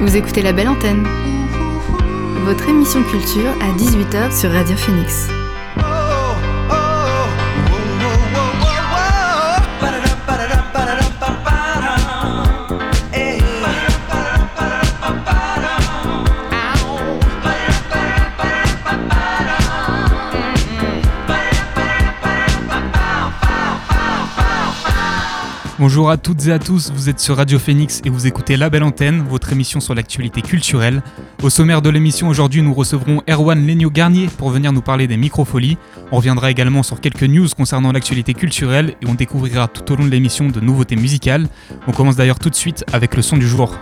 Vous écoutez La Belle Antenne, votre émission culture à 18h sur Radio Phoenix. Bonjour à toutes et à tous, vous êtes sur Radio Phoenix et vous écoutez La Belle Antenne, votre émission sur l'actualité culturelle. Au sommaire de l'émission aujourd'hui, nous recevrons Erwan Legnaud-Garnier pour venir nous parler des microfolies. On reviendra également sur quelques news concernant l'actualité culturelle et on découvrira tout au long de l'émission de nouveautés musicales. On commence d'ailleurs tout de suite avec le son du jour.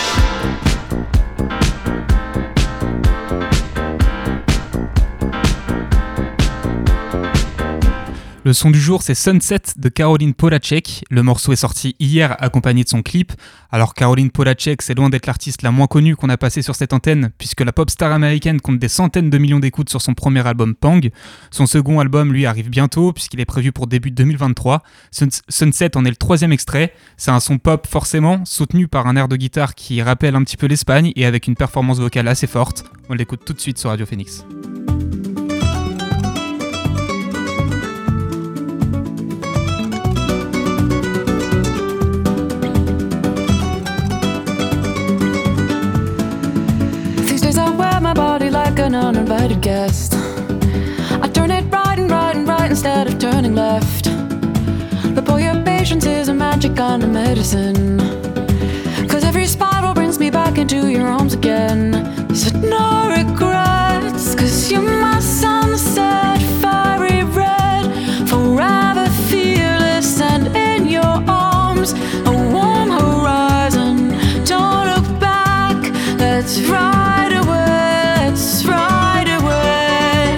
Le son du jour, c'est Sunset de Caroline Polachek. Le morceau est sorti hier accompagné de son clip. Alors Caroline Polachek, c'est loin d'être l'artiste la moins connue qu'on a passée sur cette antenne, puisque la pop star américaine compte des centaines de millions d'écoutes sur son premier album Pang. Son second album, lui, arrive bientôt, puisqu'il est prévu pour début 2023. Sunset en est le troisième extrait. C'est un son pop forcément, soutenu par un air de guitare qui rappelle un petit peu l'Espagne et avec une performance vocale assez forte. On l'écoute tout de suite sur Radio Phoenix. An uninvited guest, I turn it right and right and right instead of turning left. But boy, your patience is a magic kind of medicine, 'cause every spiral brings me back into your arms again. You said no regrets, 'cause you're my sunset, fiery red, forever fearless, and in your arms a warm horizon. Don't look back, let's ride away. Right away.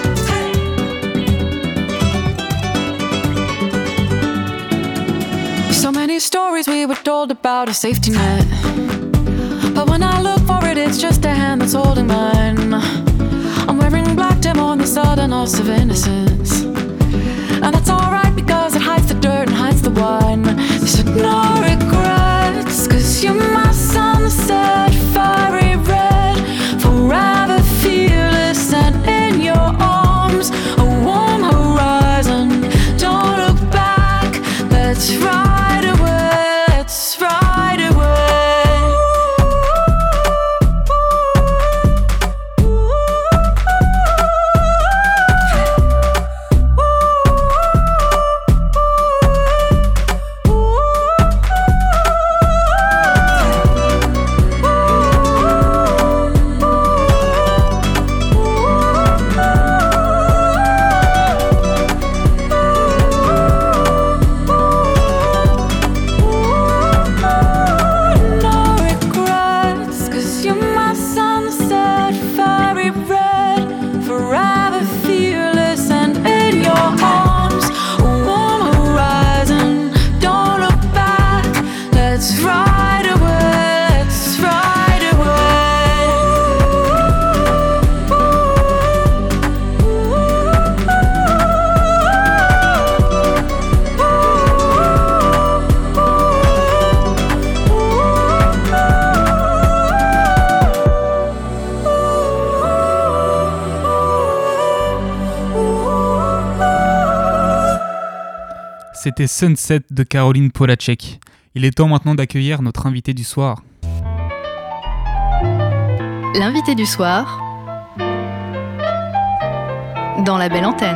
So many stories we were told about a safety net, but when I look for it, it's just a hand that's holding mine. I'm wearing black dim on the sudden loss of innocence, and that's alright because it hides the dirt and hides the wine. You said no regrets, 'cause you're my sunset, fiery red, forever fearless, and in your arms a warm horizon. Don't look back, let's ride away, let's ride away. C'était Sunset de Caroline Polachek. Il est temps maintenant d'accueillir notre invité du soir. L'invité du soir dans La Belle Antenne.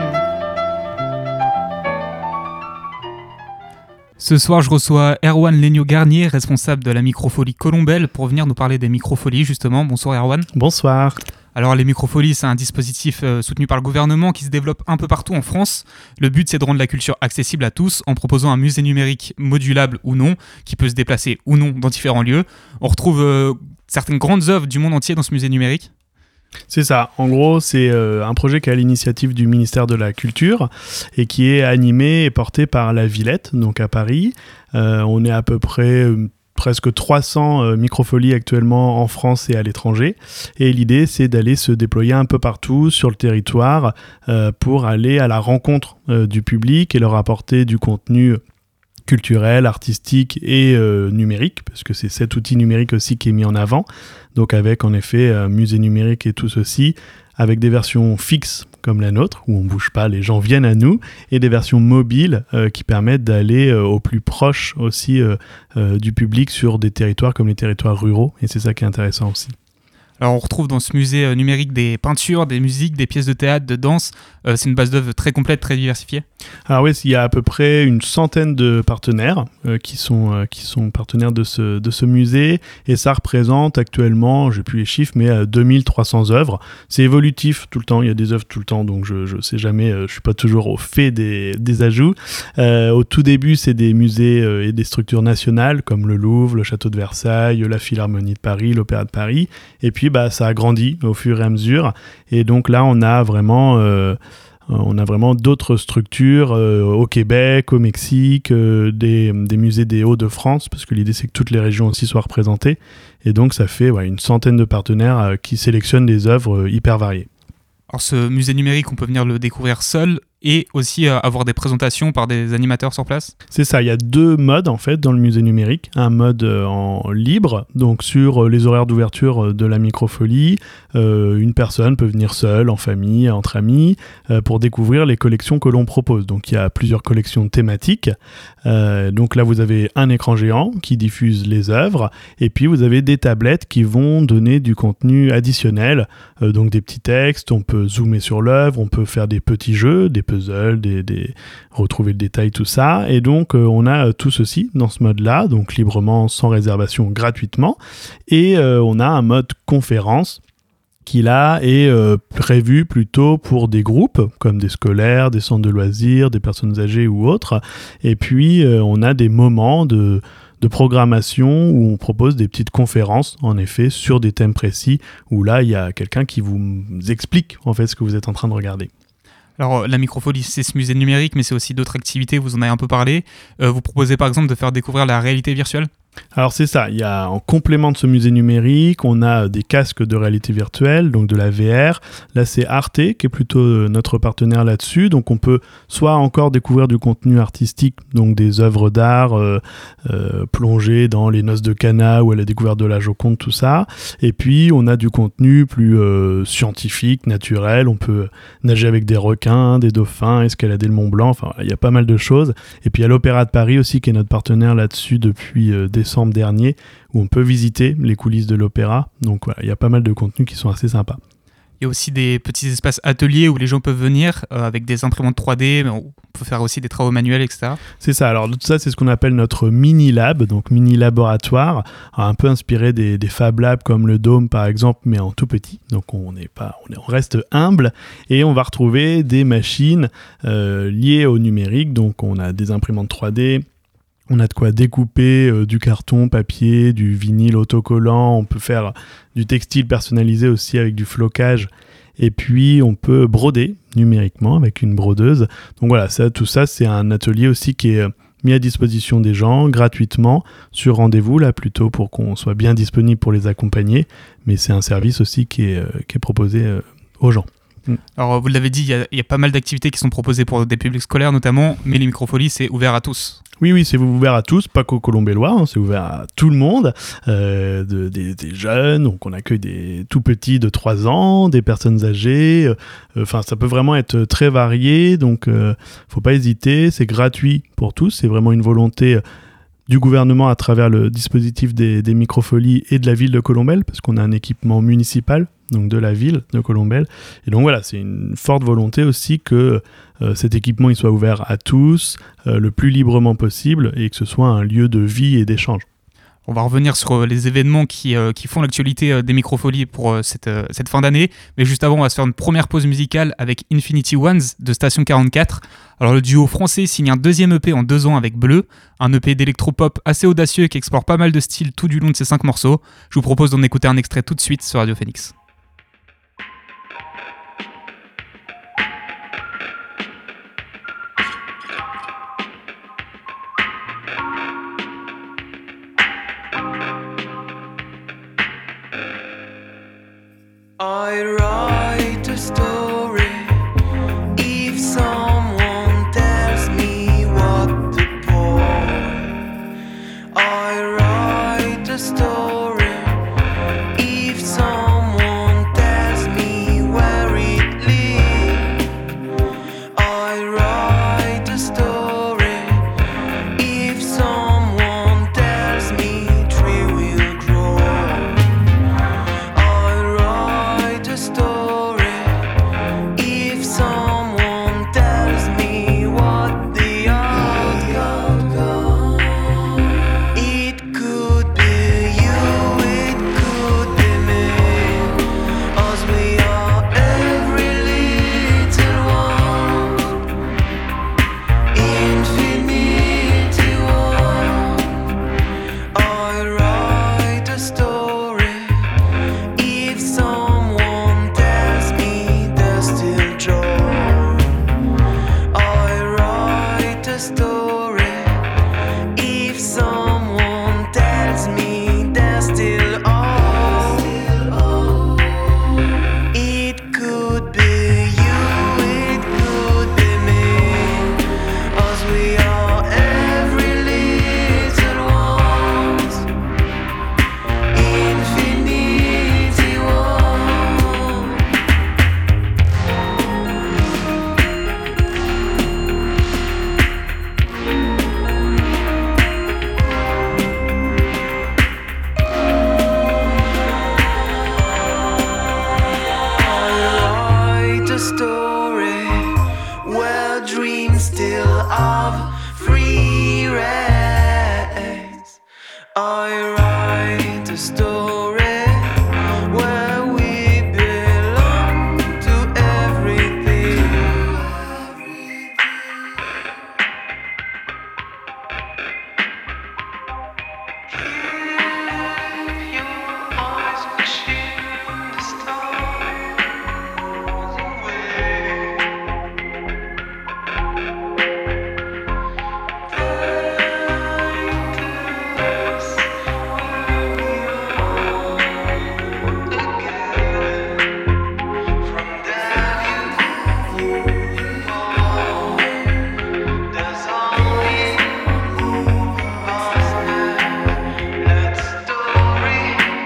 Ce soir, je reçois Erwan Legnaud-Garnier, responsable de la microfolie Colombelle, pour venir nous parler des microfolies, justement. Bonsoir Erwan. Bonsoir. Alors les microfolies, c'est un dispositif soutenu par le gouvernement qui se développe un peu partout en France. Le but, c'est de rendre la culture accessible à tous en proposant un musée numérique modulable ou non, qui peut se déplacer ou non dans différents lieux. On retrouve certaines grandes œuvres du monde entier dans ce musée numérique. C'est ça. En gros, c'est un projet qui est à l'initiative du ministère de la Culture et qui est animé et porté par la Villette, donc à Paris. On est à peu près presque 300 microfolies actuellement en France et à l'étranger. Et l'idée, c'est d'aller se déployer un peu partout sur le territoire pour aller à la rencontre du public et leur apporter du contenu culturel, artistique et numérique, parce que c'est cet outil numérique aussi qui est mis en avant. Donc avec en effet un musée numérique et tout ceci, avec des versions fixes comme la nôtre, où on ne bouge pas, les gens viennent à nous, et des versions mobiles qui permettent d'aller au plus proche aussi du public sur des territoires comme les territoires ruraux, et c'est ça qui est intéressant aussi. Alors on retrouve dans ce musée numérique des peintures, des musiques, des pièces de théâtre, de danse. C'est une base d'œuvre très complète, très diversifiée. Alors oui, il y a à peu près une centaine de partenaires qui sont partenaires de ce musée, et ça représente actuellement, j'ai plus les chiffres, mais 2300 œuvres. C'est évolutif tout le temps, il y a des œuvres tout le temps, donc je sais jamais, je suis pas toujours au fait des ajouts. Au tout début, c'est des musées et des structures nationales comme le Louvre, le Château de Versailles, la Philharmonie de Paris, l'Opéra de Paris, et puis ça a grandi au fur et à mesure, et donc là on a vraiment d'autres structures au Québec, au Mexique, des musées des Hauts-de-France, parce que l'idée c'est que toutes les régions aussi soient représentées, et donc ça fait une centaine de partenaires qui sélectionnent des œuvres hyper variées. Alors ce musée numérique, on peut venir le découvrir seul et aussi avoir des présentations par des animateurs sur place. C'est ça, il y a deux modes en fait dans le musée numérique. Un mode en libre, donc sur les horaires d'ouverture de la microfolie, une personne peut venir seule, en famille, entre amis, pour découvrir les collections que l'on propose. Donc il y a plusieurs collections thématiques. Donc là vous avez un écran géant qui diffuse les œuvres, et puis vous avez des tablettes qui vont donner du contenu additionnel, donc des petits textes, on peut zoomer sur l'œuvre, on peut faire des petits jeux, des puzzles, retrouver le détail, tout ça. Et donc, on a tout ceci dans ce mode-là, donc librement, sans réservation, gratuitement. Et on a un mode conférence qui là est prévu plutôt pour des groupes, comme des scolaires, des centres de loisirs, des personnes âgées ou autres. Et puis, on a des moments de programmation où on propose des petites conférences, en effet, sur des thèmes précis, où là, il y a quelqu'un qui vous explique, en fait, ce que vous êtes en train de regarder. Alors la microfolie, c'est ce musée numérique, mais c'est aussi d'autres activités, vous en avez un peu parlé. Vous proposez par exemple de faire découvrir la réalité virtuelle ? Alors c'est ça, il y a en complément de ce musée numérique, on a des casques de réalité virtuelle, donc de la VR. Là c'est Arte qui est plutôt notre partenaire là-dessus, donc on peut soit encore découvrir du contenu artistique, donc des œuvres d'art plongées dans les noces de Cana ou à la découverte de la Joconde, tout ça. Et puis on a du contenu plus scientifique, naturel, on peut nager avec des requins, des dauphins, escalader le Mont Blanc, enfin il y a pas mal de choses. Et puis il y a l'Opéra de Paris aussi qui est notre partenaire là-dessus depuis décembre dernier, où on peut visiter les coulisses de l'opéra. Donc voilà, il y a pas mal de contenus qui sont assez sympas. Il y a aussi des petits espaces ateliers où les gens peuvent venir avec des imprimantes 3D, mais on peut faire aussi des travaux manuels, etc. C'est ça, alors tout ça c'est ce qu'on appelle notre mini-lab, donc mini-laboratoire, un peu inspiré des Fab Labs comme le Dôme par exemple, mais en tout petit, donc on reste humble, et on va retrouver des machines liées au numérique, donc on a des imprimantes 3D, on a de quoi découper du carton, papier, du vinyle autocollant, on peut faire du textile personnalisé aussi avec du flocage, et puis on peut broder numériquement avec une brodeuse. Donc voilà, tout ça c'est un atelier aussi qui est mis à disposition des gens gratuitement, sur rendez-vous là plutôt, pour qu'on soit bien disponible pour les accompagner, mais c'est un service aussi qui est proposé aux gens. Alors vous l'avez dit, il y a pas mal d'activités qui sont proposées pour des publics scolaires notamment, mais les microfolies c'est ouvert à tous. Oui, c'est ouvert à tous, pas qu'aux Colombellois, c'est ouvert à tout le monde, des jeunes, donc on accueille des tout petits de 3 ans, des personnes âgées, ça peut vraiment être très varié, donc faut pas hésiter, c'est gratuit pour tous, c'est vraiment une volonté du gouvernement à travers le dispositif des microfolies et de la ville de Colombelles, parce qu'on a un équipement municipal, donc de la ville de Colombelles. Et donc voilà, c'est une forte volonté aussi que cet équipement il soit ouvert à tous, le plus librement possible, et que ce soit un lieu de vie et d'échange. On va revenir sur les événements qui font l'actualité des microfolies pour cette fin d'année. Mais juste avant, on va se faire une première pause musicale avec Infinity Ones de Station 44. Alors le duo français signe un 2e EP en 2 ans avec Bleu, un EP d'électropop assez audacieux qui explore pas mal de styles tout du long de ses 5 morceaux. Je vous propose d'en écouter un extrait tout de suite sur Radio Phoenix. I write a story if someone tells me what the point. a story if someone tells me where it leads. I write a story if someone tells me tree will grow. I write a story if someone tells me what the outcome. It could be you, it could be me, as we are every little one, infinity one. I write a story if someone tells me there's still joy. I write a story if someone tells me there's still hope. It could be you, it could be me, as we are every little ones, infinity one. I write a story where dreams still have free reins. I write a story where we belong to everything. Keep your eyes watching the stars away. This where we are again. From there you fall. There's only us now. Let's story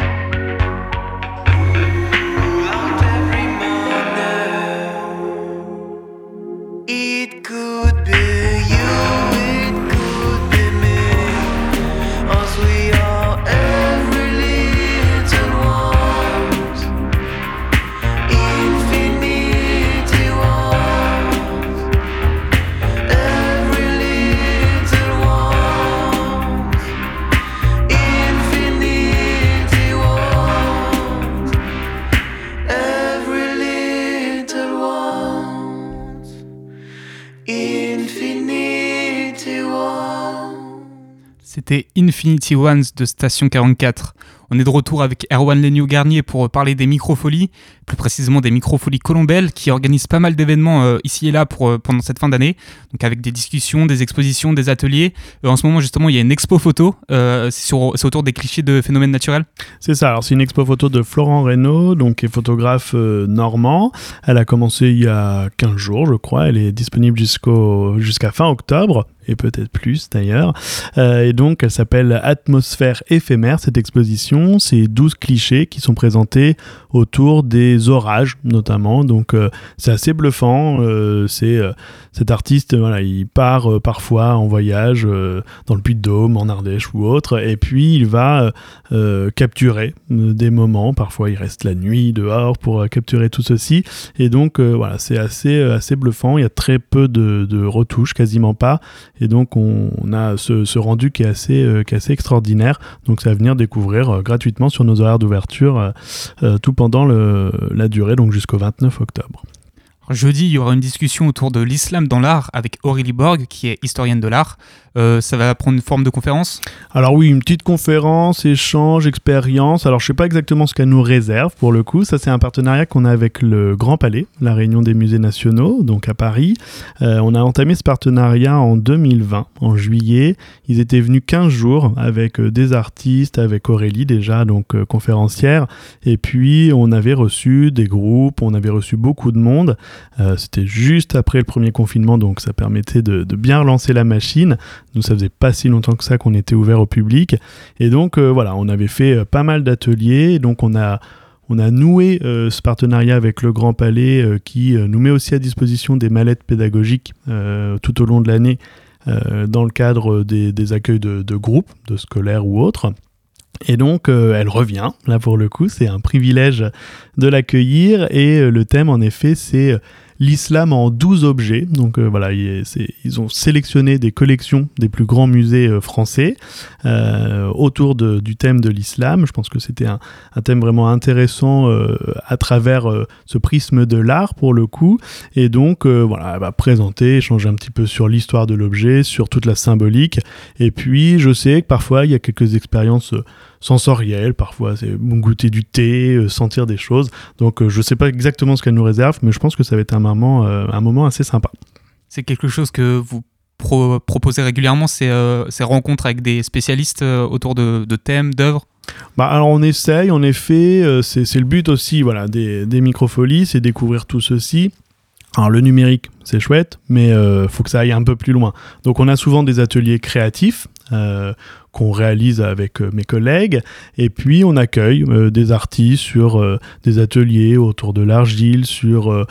without every morning. It could be you, it could be me, as we are every little ones, infinity ones, every little ones, infinity ones, every little ones, infinity ones. C'était Infinity Ones de Station 44. On est de retour avec Erwan Léniou-Garnier pour parler des microfolies, plus précisément des microfolies Colombelles qui organisent pas mal d'événements ici et là pendant cette fin d'année, donc avec des discussions, des expositions, des ateliers. En ce moment justement il y a une expo photo, c'est autour des clichés de phénomènes naturels. C'est ça, alors c'est une expo photo de Florent Reynaud, donc qui est photographe normand. Elle a commencé il y a 15 jours je crois, elle est disponible jusqu'à fin octobre, et peut-être plus d'ailleurs. Et donc elle s'appelle Atmosphère éphémère, cette exposition. C'est 12 clichés qui sont présentés autour des orages notamment, donc c'est assez bluffant. Cet artiste, voilà, il part parfois en voyage dans le Puy-de-Dôme, en Ardèche ou autre, et puis il va capturer des moments. Parfois il reste la nuit dehors pour capturer tout ceci, et donc voilà, c'est assez bluffant. Il y a très peu de retouches, quasiment pas, et donc on a ce rendu qui est assez extraordinaire. Donc c'est à venir découvrir gratuitement sur nos horaires d'ouverture tout pendant la durée, donc jusqu'au 29 octobre. Jeudi, il y aura une discussion autour de l'islam dans l'art avec Aurélie Borg, qui est historienne de l'art. Ça va prendre une forme de conférence ? Alors oui, une petite conférence, échange, expérience. Alors je sais pas exactement ce qu'elle nous réserve pour le coup. Ça, c'est un partenariat qu'on a avec le Grand Palais, la réunion des musées nationaux, donc à Paris. On a entamé ce partenariat en 2020, en juillet. Ils étaient venus 15 jours avec des artistes, avec Aurélie déjà, donc conférencière. Et puis on avait reçu des groupes, on avait reçu beaucoup de monde. C'était juste après le premier confinement, donc ça permettait de bien relancer la machine. Nous, ça faisait pas si longtemps que ça qu'on était ouvert au public. Et donc, voilà, on avait fait pas mal d'ateliers. Donc, on a noué ce partenariat avec le Grand Palais qui nous met aussi à disposition des mallettes pédagogiques tout au long de l'année dans le cadre des accueils de groupes, de scolaires ou autres. Et donc, elle revient, là pour le coup, c'est un privilège de l'accueillir. Et le thème, en effet, c'est l'islam en 12 objets. Donc voilà, ils ont sélectionné des collections des plus grands musées français autour du thème de l'islam. Je pense que c'était un thème vraiment intéressant à travers ce prisme de l'art pour le coup. Et donc voilà, elle va présenter, échanger un petit peu sur l'histoire de l'objet, sur toute la symbolique. Et puis je sais que parfois il y a quelques expériences sensorielles, parfois c'est goûter du thé, sentir des choses. Donc je sais pas exactement ce qu'elle nous réserve, mais je pense que ça va être un moment assez sympa. C'est quelque chose que vous proposez régulièrement, ces rencontres avec des spécialistes autour de thèmes, d'œuvres? Alors on essaye, en effet, c'est le but aussi des microfolies, c'est découvrir tout ceci. Alors le numérique, c'est chouette, mais faut que ça aille un peu plus loin. Donc on a souvent des ateliers créatifs qu'on réalise avec mes collègues, et puis on accueille des artistes sur des ateliers autour de l'argile, sur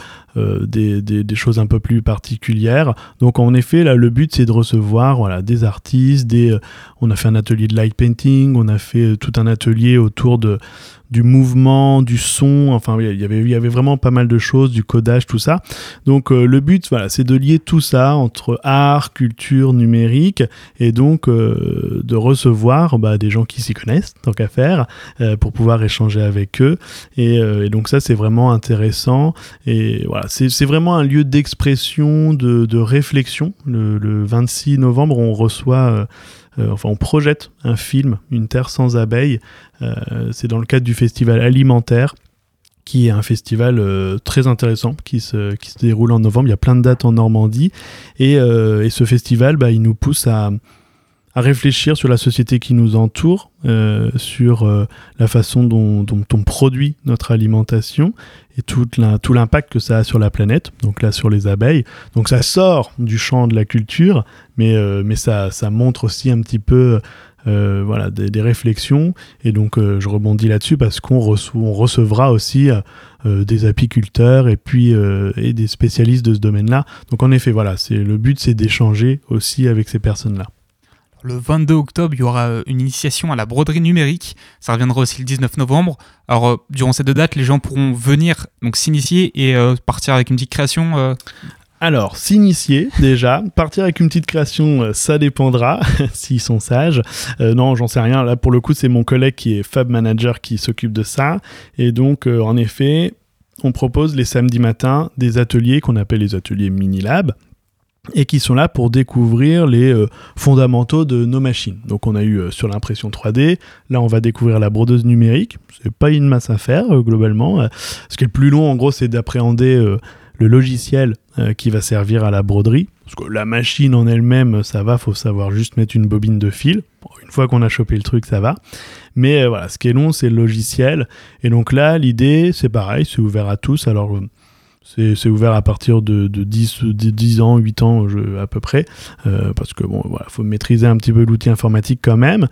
des choses un peu plus particulières. Donc en effet, là, le but c'est de recevoir des artistes, on a fait un atelier de light painting, on a fait tout un atelier autour du mouvement, du son, enfin il y avait vraiment pas mal de choses, du codage, tout ça. Donc le but, c'est de lier tout ça entre art, culture, numérique, et donc de recevoir des gens qui s'y connaissent, tant qu'à faire, pour pouvoir échanger avec eux. Et donc ça, c'est vraiment intéressant. Et voilà, c'est vraiment un lieu d'expression, de réflexion. Le 26 novembre, on reçoit... on projette un film, Une Terre sans abeilles. C'est dans le cadre du festival alimentaire, qui est un festival très intéressant, qui se déroule en novembre. Il y a plein de dates en Normandie. Et ce festival, il nous pousse à réfléchir sur la société qui nous entoure, sur la façon dont on produit notre alimentation et tout l'impact que ça a sur la planète, donc là sur les abeilles. Donc ça sort du champ de la culture, mais ça montre aussi un petit peu des réflexions. Et donc je rebondis là-dessus parce qu'on recevra aussi des apiculteurs et puis et des spécialistes de ce domaine-là. Donc en effet, le but c'est d'échanger aussi avec ces personnes-là. Le 22 octobre, il y aura une initiation à la broderie numérique. Ça reviendra aussi le 19 novembre. Alors, durant ces deux dates, les gens pourront venir donc s'initier et partir avec une petite création. Alors, s'initier déjà, partir avec une petite création, ça dépendra s'ils sont sages. Non, j'en sais rien. Là, pour le coup, c'est mon collègue qui est Fab Manager qui s'occupe de ça. Et donc, en effet, on propose les samedis matins des ateliers qu'on appelle les ateliers mini-lab, et qui sont là pour découvrir les fondamentaux de nos machines. Donc on a eu sur l'impression 3D, là on va découvrir la brodeuse numérique, c'est pas une masse à faire globalement. Ce qui est le plus long en gros, c'est d'appréhender le logiciel qui va servir à la broderie, parce que la machine en elle-même ça va, faut savoir juste mettre une bobine de fil. Bon, une fois qu'on a chopé le truc ça va, mais ce qui est long c'est le logiciel. Et donc là l'idée c'est pareil, c'est ouvert à tous. Alors c'est ouvert à partir de 10 ans, 8 ans à peu près, parce que faut maîtriser un petit peu l'outil informatique quand même,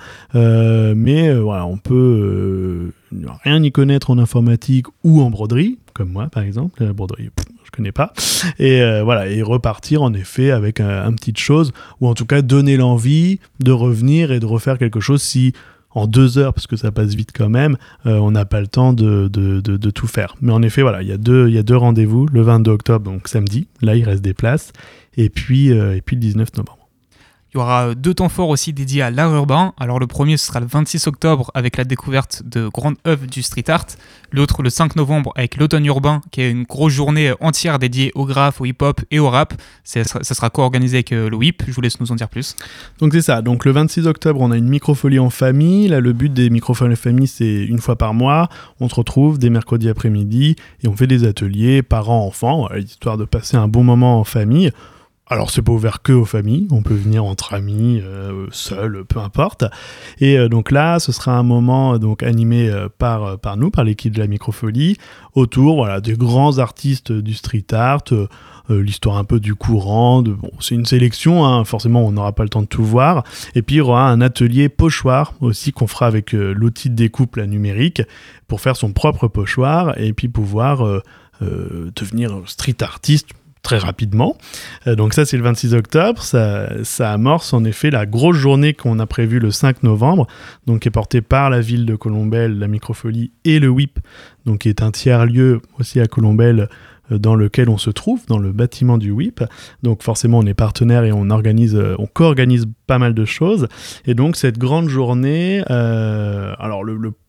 mais on peut rien y connaître en informatique ou en broderie, comme moi par exemple. La broderie, je connais pas, et repartir en effet avec une petite chose, ou en tout cas donner l'envie de revenir et de refaire quelque chose si en 2 heures, parce que ça passe vite quand même, on n'a pas le temps de tout faire. Mais en effet, il y a deux rendez-vous, le 22 octobre, donc samedi, là il reste des places, et puis le 19 novembre. Il y aura 2 temps forts aussi dédiés à l'art urbain. Alors le premier, ce sera le 26 octobre avec la découverte de grandes œuvres du street art. L'autre, le 5 novembre, avec l'automne urbain, qui est une grosse journée entière dédiée au graphe, au hip-hop et au rap. Ça sera co-organisé avec le WIP. Je vous laisse nous en dire plus. Donc c'est ça. Donc le 26 octobre, on a une microfolie en famille. Là, le but des microfolies en famille, c'est une fois par mois. On se retrouve dès mercredi après-midi et on fait des ateliers parents-enfants, histoire de passer un bon moment en famille. Alors c'est pas ouvert que aux familles, on peut venir entre amis, seul, peu importe. Et donc là, ce sera un moment donc animé par nous, par l'équipe de la Microfolie, autour voilà, des grands artistes du street art, l'histoire un peu du courant. Bon, c'est une sélection, hein, forcément on n'aura pas le temps de tout voir. Et puis il y aura un atelier pochoir aussi qu'on fera avec l'outil de découpe la numérique pour faire son propre pochoir et puis pouvoir devenir street artiste très rapidement. Donc ça, c'est le 26 octobre. Ça amorce en effet la grosse journée qu'on a prévue le 5 novembre, donc qui est portée par la ville de Colombelle, la Microfolie et le WIP, donc qui est un tiers-lieu aussi à Colombelle dans lequel on se trouve, dans le bâtiment du WIP. Donc forcément, on est partenaire et on co-organise pas mal de choses. Et donc cette grande journée, alors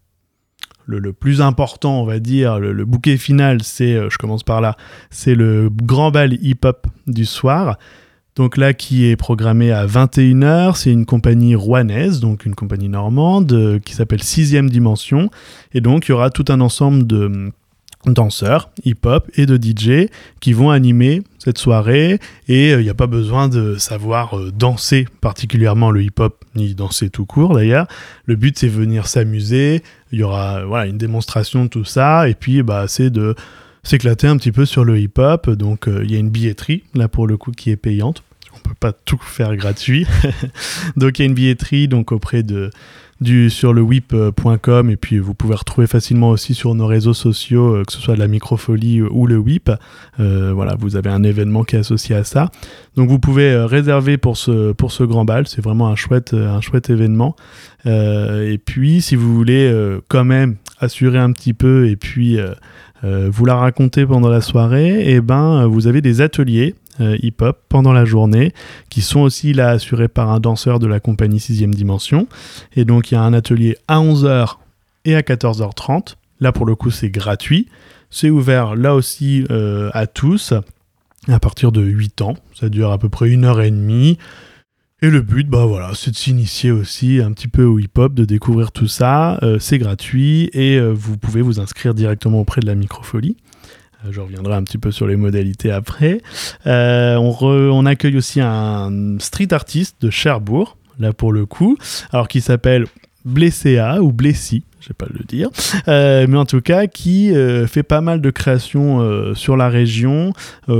le plus important, on va dire, le bouquet final, c'est, je commence par là, c'est le grand bal hip-hop du soir. Donc là, qui est programmé à 21h, c'est une compagnie rouennaise, donc une compagnie normande, qui s'appelle 6ème Dimension. Et donc, il y aura tout un ensemble de danseurs, hip-hop et de DJ qui vont animer cette soirée, et il n'y a pas besoin de savoir danser particulièrement le hip-hop, ni danser tout court d'ailleurs. Le but, c'est venir s'amuser, il y aura une démonstration de tout ça, et puis c'est de s'éclater un petit peu sur le hip-hop. Donc il y a une billetterie, là pour le coup, qui est payante, on peut pas tout faire gratuit. Donc il y a une billetterie donc auprès sur le whip.com, et puis vous pouvez retrouver facilement aussi sur nos réseaux sociaux, que ce soit de la Microfolie ou le WIP. Vous avez un événement qui est associé à ça. Donc vous pouvez réserver pour ce grand bal, c'est vraiment un chouette événement. Et puis si vous voulez quand même assurer un petit peu et puis vous la raconter pendant la soirée, vous avez des ateliers hip-hop pendant la journée, qui sont aussi là assurés par un danseur de la compagnie 6ème Dimension. Et donc il y a un atelier à 11h et à 14h30. Là pour le coup c'est gratuit. C'est ouvert là aussi à tous, à partir de 8 ans. Ça dure à peu près 1h30. Et le but, c'est de s'initier aussi un petit peu au hip-hop, de découvrir tout ça. C'est gratuit et vous pouvez vous inscrire directement auprès de la Microfolie. Je reviendrai un petit peu sur les modalités après. On accueille aussi un street artiste de Cherbourg, là pour le coup, alors qui s'appelle Blesséa ou Blessy, je sais pas le dire, mais en tout cas qui fait pas mal de créations sur la région,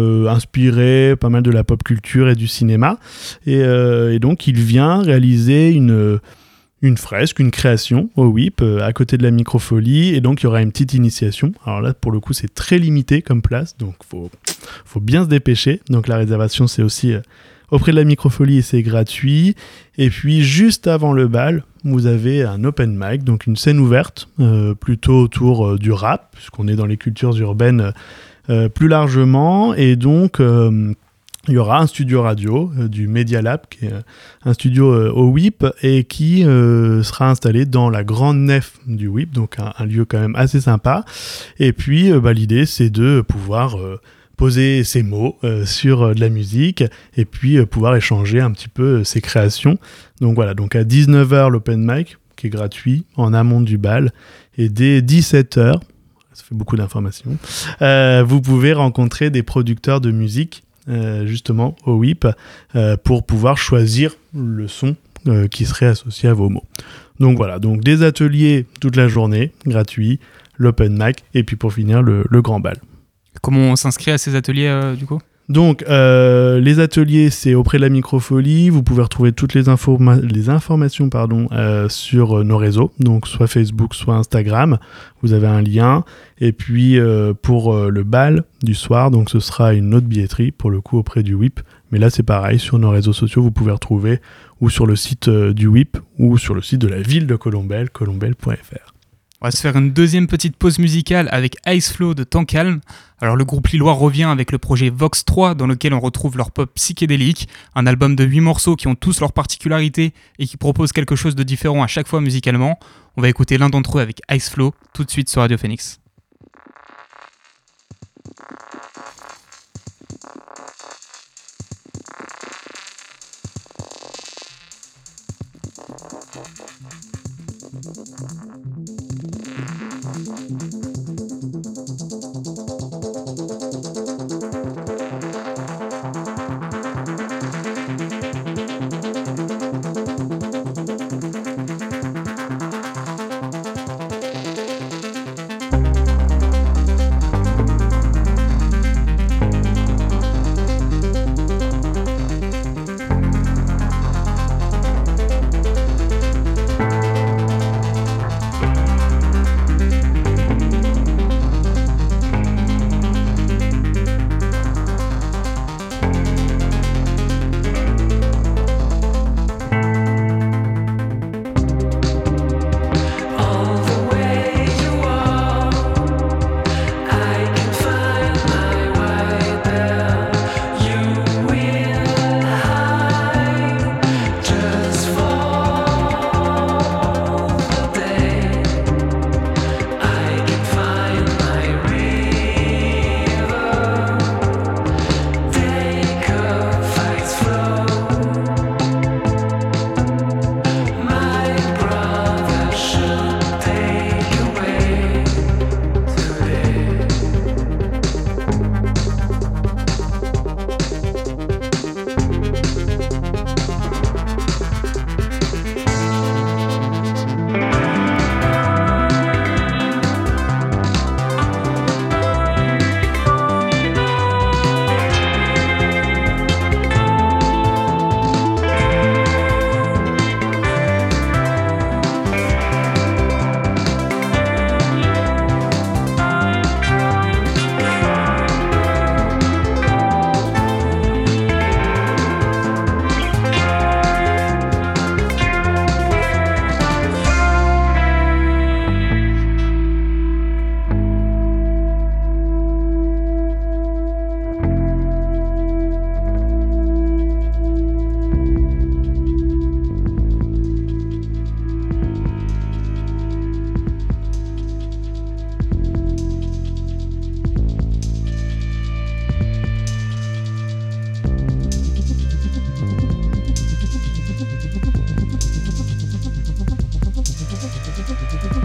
inspiré pas mal de la pop culture et du cinéma, et donc il vient réaliser une fresque, une création au WIP à côté de la Microfolie, et donc il y aura une petite initiation. Alors là pour le coup c'est très limité comme place, donc faut bien se dépêcher. Donc la réservation c'est aussi auprès de la Microfolie et c'est gratuit. Et puis juste avant le bal, vous avez un open mic, donc une scène ouverte, plutôt autour du rap, puisqu'on est dans les cultures urbaines plus largement, et donc il y aura un studio radio du Media Lab, qui est un studio au WIP, et qui sera installé dans la grande nef du WIP, donc un lieu quand même assez sympa. Et puis l'idée c'est de pouvoir poser ses mots sur de la musique, et puis pouvoir échanger un petit peu ses créations. Donc voilà, donc à 19h l'open mic, qui est gratuit, en amont du bal, et dès 17h, ça fait beaucoup d'informations, vous pouvez rencontrer des producteurs de musique justement au WIP pour pouvoir choisir le son qui serait associé à vos mots. Donc voilà, donc des ateliers toute la journée, gratuits, l'open mic, et puis pour finir le grand bal. Comment on s'inscrit à ces ateliers du coup ? Donc les ateliers c'est auprès de la Microfolie, vous pouvez retrouver toutes les informations sur nos réseaux, donc soit Facebook soit Instagram, vous avez un lien. Et puis pour le bal du soir, donc ce sera une autre billetterie pour le coup auprès du WIP, mais là c'est pareil, sur nos réseaux sociaux vous pouvez retrouver, ou sur le site du WIP ou sur le site de la ville de Colombelle, colombelle.fr. On va se faire une deuxième petite pause musicale avec Ice Flow de Temps Calme. Alors le groupe lillois revient avec le projet Vox 3, dans lequel on retrouve leur pop psychédélique, un album de 8 morceaux qui ont tous leurs particularités et qui proposent quelque chose de différent à chaque fois musicalement. On va écouter l'un d'entre eux avec Ice Flow tout de suite sur Radio Phoenix.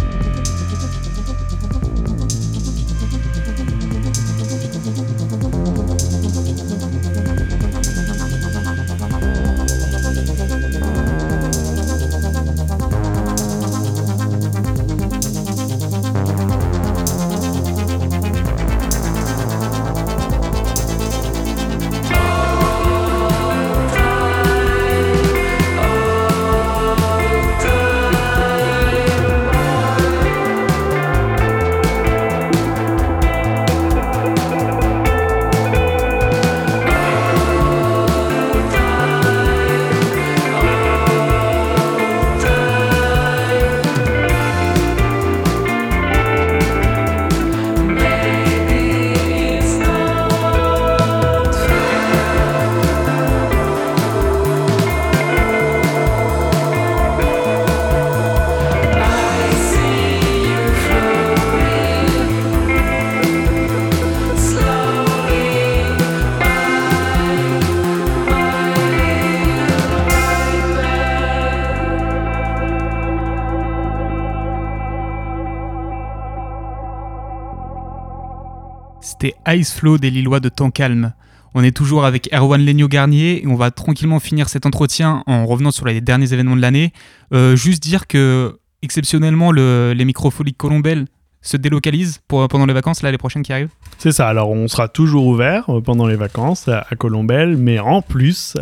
C'était Ice Flow des Lillois de Temps Calme. On est toujours avec Erwan Legnaud-Garnier et on va tranquillement finir cet entretien en revenant sur les derniers événements de l'année. Juste dire que, exceptionnellement, les microfolies Colombelles se délocalisent pendant les vacances, là, les prochaines qui arrivent. C'est ça, alors on sera toujours ouvert pendant les vacances à Colombelles, mais en plus,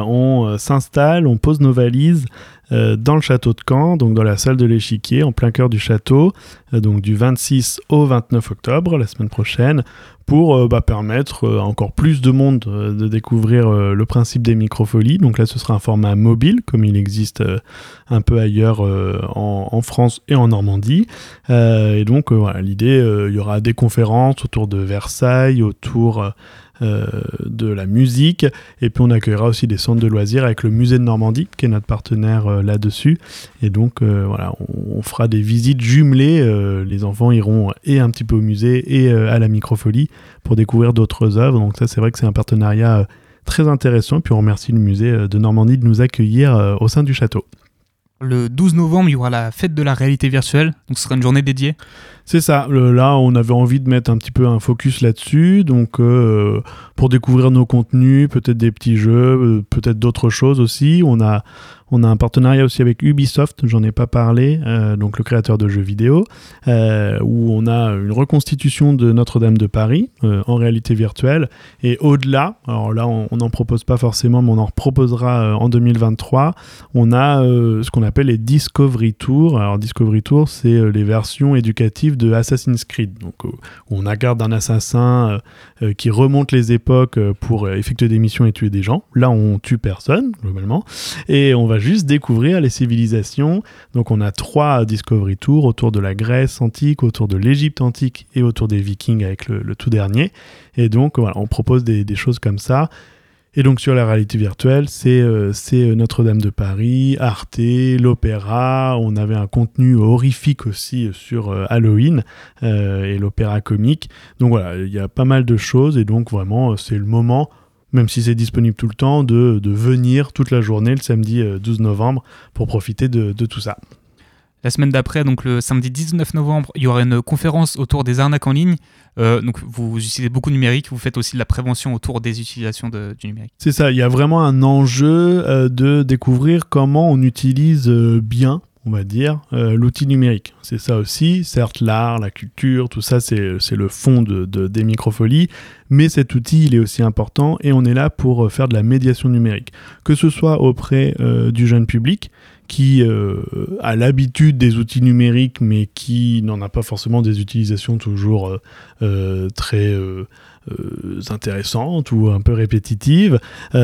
on s'installe, on pose nos valises dans le château de Caen, donc dans la salle de l'échiquier, en plein cœur du château, donc du 26 au 29 octobre, la semaine prochaine, pour permettre à encore plus de monde de découvrir le principe des microfolies. Donc là, ce sera un format mobile, comme il existe un peu ailleurs en France et en Normandie. Et donc, voilà, l'idée, il y aura des conférences autour de Versailles, autour de la musique, et puis on accueillera aussi des centres de loisirs avec le musée de Normandie qui est notre partenaire là-dessus, et donc voilà, on fera des visites jumelées, les enfants iront et un petit peu au musée et à la microfolie pour découvrir d'autres œuvres, donc ça c'est vrai que c'est un partenariat très intéressant, et puis on remercie le musée de Normandie de nous accueillir au sein du château. Le 12 novembre, il y aura la fête de la réalité virtuelle, donc ce sera une journée dédiée. C'est ça, là on avait envie de mettre un petit peu un focus là-dessus, donc pour découvrir nos contenus, peut-être des petits jeux, peut-être d'autres choses aussi. On a un partenariat aussi avec Ubisoft, j'en ai pas parlé, donc le créateur de jeux vidéo, où on a une reconstitution de Notre-Dame de Paris en réalité virtuelle, et au-delà, alors là on n'en propose pas forcément, mais on en proposera en 2023, on a ce qu'on appelle les Discovery Tours. Alors Discovery Tours, c'est les versions éducatives de Assassin's Creed, donc où on incarne un assassin qui remonte les époques pour effectuer des missions et tuer des gens. Là on tue personne globalement, et on va juste découvrir les civilisations. Donc on a 3 Discovery Tours autour de la Grèce antique, autour de l'Égypte antique et autour des Vikings avec le tout dernier, et donc voilà, on propose des choses comme ça. Et donc sur la réalité virtuelle, c'est Notre-Dame de Paris, Arte, l'opéra. On avait un contenu horrifique aussi sur Halloween et l'opéra comique. Donc voilà, il y a pas mal de choses, et donc vraiment c'est le moment, même si c'est disponible tout le temps, de venir toute la journée le samedi 12 novembre pour profiter de tout ça. La semaine d'après, donc le samedi 19 novembre, il y aura une conférence autour des arnaques en ligne. Donc vous utilisez beaucoup de numérique, vous faites aussi de la prévention autour des utilisations du numérique. C'est ça, il y a vraiment un enjeu de découvrir comment on utilise bien, on va dire, l'outil numérique. C'est ça aussi, certes l'art, la culture, tout ça c'est le fond des microfolies, mais cet outil il est aussi important, et on est là pour faire de la médiation numérique, que ce soit auprès du jeune public qui a l'habitude des outils numériques, mais qui n'en a pas forcément des utilisations toujours très intéressantes ou un peu répétitives,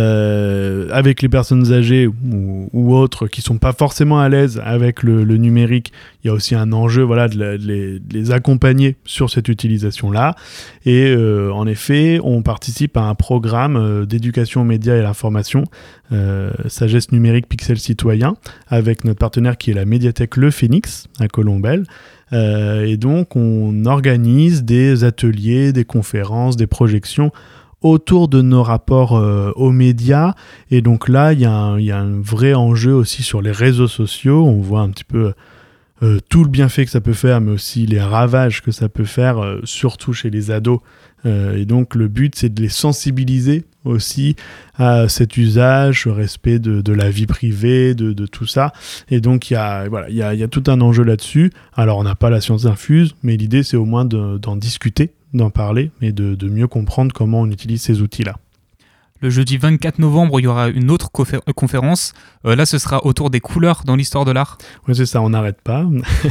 avec les personnes âgées ou autres qui sont pas forcément à l'aise avec le numérique. Il y a aussi un enjeu, voilà, de les accompagner sur cette utilisation-là. Et en effet, on participe à un programme d'éducation aux médias et à l'information, Sagesse numérique Pixel Citoyen, avec notre partenaire qui est la médiathèque Le Phénix à Colombelles. Et donc on organise des ateliers, des conférences, des projections autour de nos rapports aux médias. Et donc là il y a un vrai enjeu aussi sur les réseaux sociaux. On voit un petit peu tout le bienfait que ça peut faire, mais aussi les ravages que ça peut faire, surtout chez les ados. Et donc le but, c'est de les sensibiliser aussi à cet usage, au respect de la vie privée, de tout ça. Et donc il y a tout un enjeu là-dessus. Alors on n'a pas la science infuse, mais l'idée c'est au moins d'en discuter, d'en parler, et de mieux comprendre comment on utilise ces outils-là. Le jeudi 24 novembre, il y aura une autre conférence. Là, ce sera autour des couleurs dans l'histoire de l'art. Oui, c'est ça, on n'arrête pas.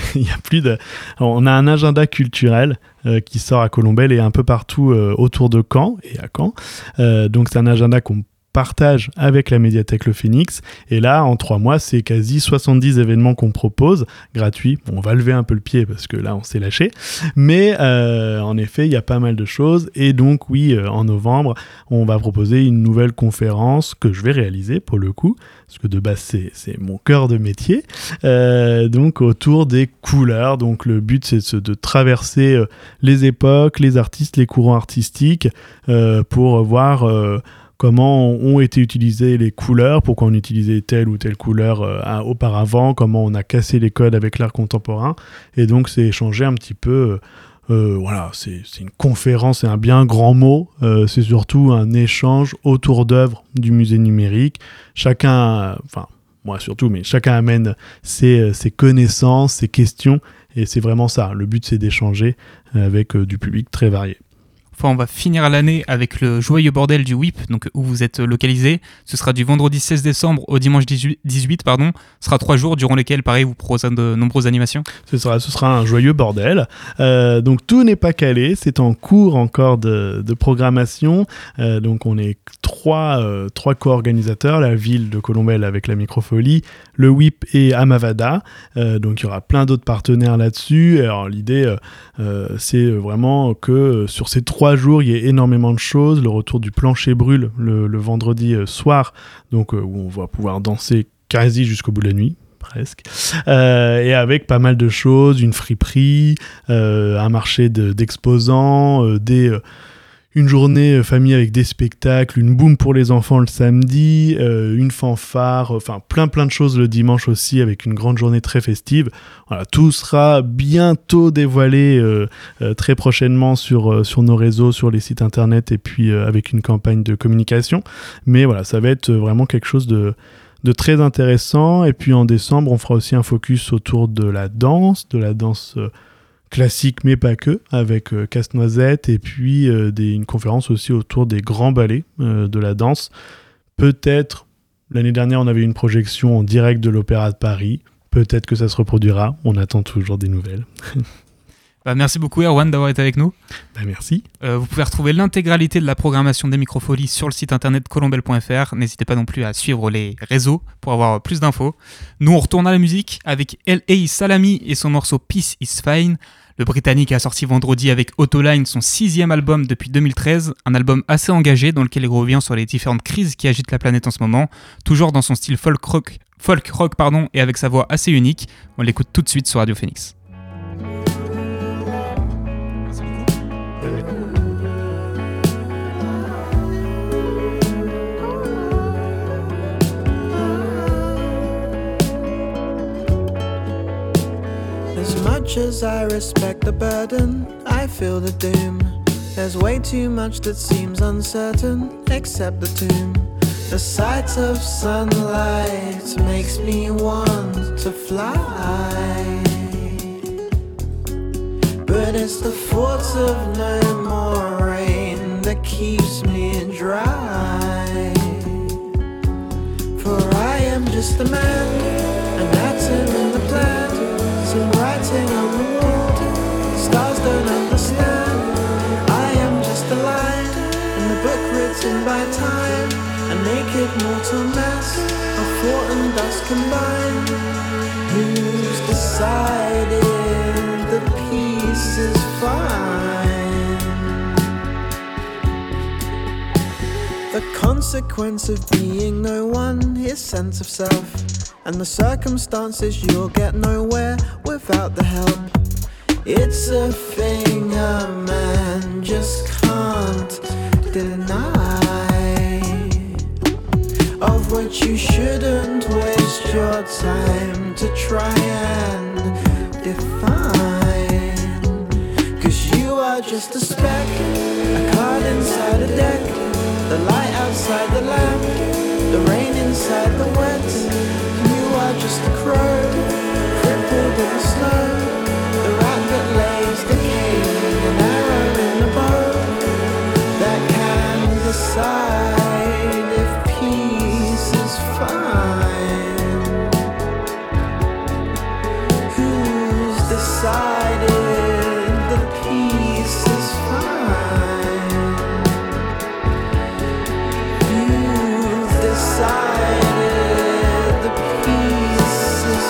On a un agenda culturel qui sort à Colombelle et un peu partout autour de Caen et à Caen. Donc, c'est un agenda qu'on partage avec la médiathèque Le Phénix. Et là, en 3 mois, c'est quasi 70 événements qu'on propose, gratuits. Bon, on va lever un peu le pied parce que là, on s'est lâché. Mais en effet, il y a pas mal de choses. Et donc, oui, en novembre, on va proposer une nouvelle conférence que je vais réaliser pour le coup, parce que de base, c'est mon cœur de métier. Donc, autour des couleurs. Donc, le but, c'est de traverser les époques, les artistes, les courants artistiques pour voir comment ont été utilisées les couleurs, pourquoi on utilisait telle ou telle couleur auparavant, comment on a cassé les codes avec l'art contemporain. Et donc, c'est échanger un petit peu. Voilà, c'est une conférence, c'est un bien grand mot. C'est surtout un échange autour d'œuvres du musée numérique. Chacun, enfin, moi surtout, mais chacun amène ses connaissances, ses questions. Et c'est vraiment ça. Le but, c'est d'échanger avec du public très varié. Enfin, on va finir l'année avec le joyeux bordel du WIP, donc où vous êtes localisé. Ce sera du vendredi 16 décembre au dimanche 18. Ce sera 3 jours durant lesquels, pareil, vous proposez de nombreuses animations. Ce sera un joyeux bordel. Donc tout n'est pas calé, c'est en cours encore de programmation. Donc on est trois co-organisateurs, la ville de Colombelle avec la Microfolie, le WIP et Amavada. Donc il y aura plein d'autres partenaires là-dessus. Alors l'idée, c'est vraiment que sur ces 3 jours, il y a énormément de choses. Le retour du plancher brûle le vendredi soir, donc où on va pouvoir danser quasi jusqu'au bout de la nuit. Presque. Et avec pas mal de choses, une friperie, un marché d'exposants, une journée famille avec des spectacles, une boum pour les enfants le samedi, une fanfare, enfin plein de choses le dimanche aussi avec une grande journée très festive. Voilà, tout sera bientôt dévoilé très prochainement sur nos réseaux, sur les sites internet et puis avec une campagne de communication. Mais voilà, ça va être vraiment quelque chose de très intéressant. Et puis en décembre, on fera aussi un focus autour de la danse classique mais pas que, avec Casse-Noisette et puis une conférence aussi autour des grands ballets de la danse. Peut-être, l'année dernière on avait une projection en direct de l'Opéra de Paris, peut-être que ça se reproduira, on attend toujours des nouvelles. Merci beaucoup Erwan d'avoir été avec nous. Merci. Vous pouvez retrouver l'intégralité de la programmation des Microfolies sur le site internet colombelle.fr. N'hésitez pas non plus à suivre les réseaux pour avoir plus d'infos. Nous on retourne à la musique avec L.A. Salami et son morceau Peace is Fine. Le Britannique a sorti vendredi avec Autoline son 6e album depuis 2013, un album assez engagé dans lequel il revient sur les différentes crises qui agitent la planète en ce moment, toujours dans son style folk rock et avec sa voix assez unique. On l'écoute tout de suite sur Radio Phoenix. As much as I respect the burden, I feel the doom. There's way too much that seems uncertain, except the tomb. The sight of sunlight makes me want to fly, but it's the thought of no more rain that keeps me dry. For I am just a man, an atom in the plan, some writing on the wall, stars don't understand. I am just a line in the book written by time, a naked mortal mess of thought and dust combined. Who's decided that peace is fine? The consequence of being no one is sense of self, and the circumstances you'll get nowhere without the help. It's a thing a man just can't deny, of which you shouldn't waste your time to try and are just a speck, a card inside a deck, the light outside the lamp, the rain inside the wet. You are just a crow, crippled in the snow, the rat that lays the cage, an arrow in the bow that can decide if peace is fine. Who's decided the peace is fine? You've decided the peace is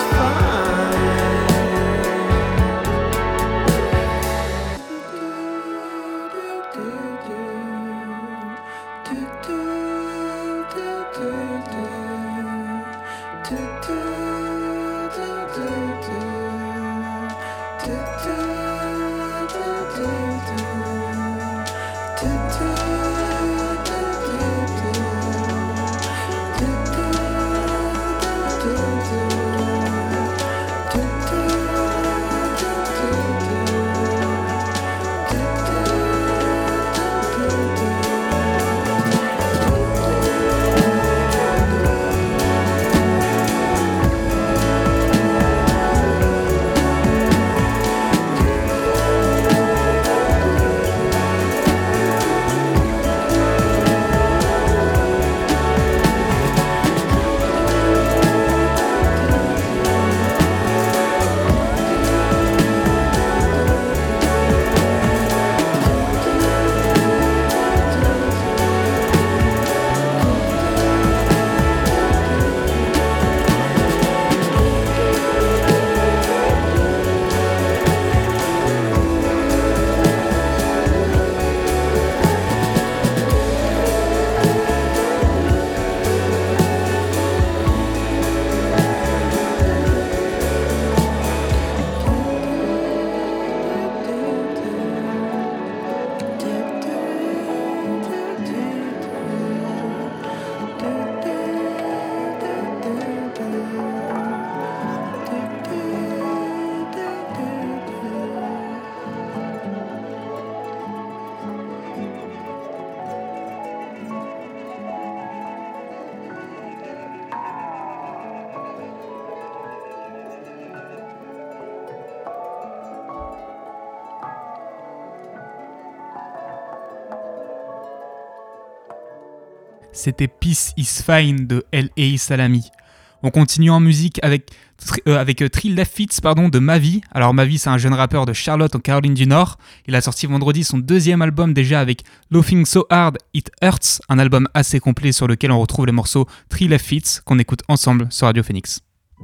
C'était Peace is Fine de L.A. Salami. On continue en musique avec Three Left Feet de Mavi. Alors Mavi, c'est un jeune rappeur de Charlotte en Caroline du Nord. Il a sorti vendredi son deuxième album déjà avec Laughing So Hard It Hurts, un album assez complet sur lequel on retrouve les morceaux Three Left Feet qu'on écoute ensemble sur Radio Phoenix.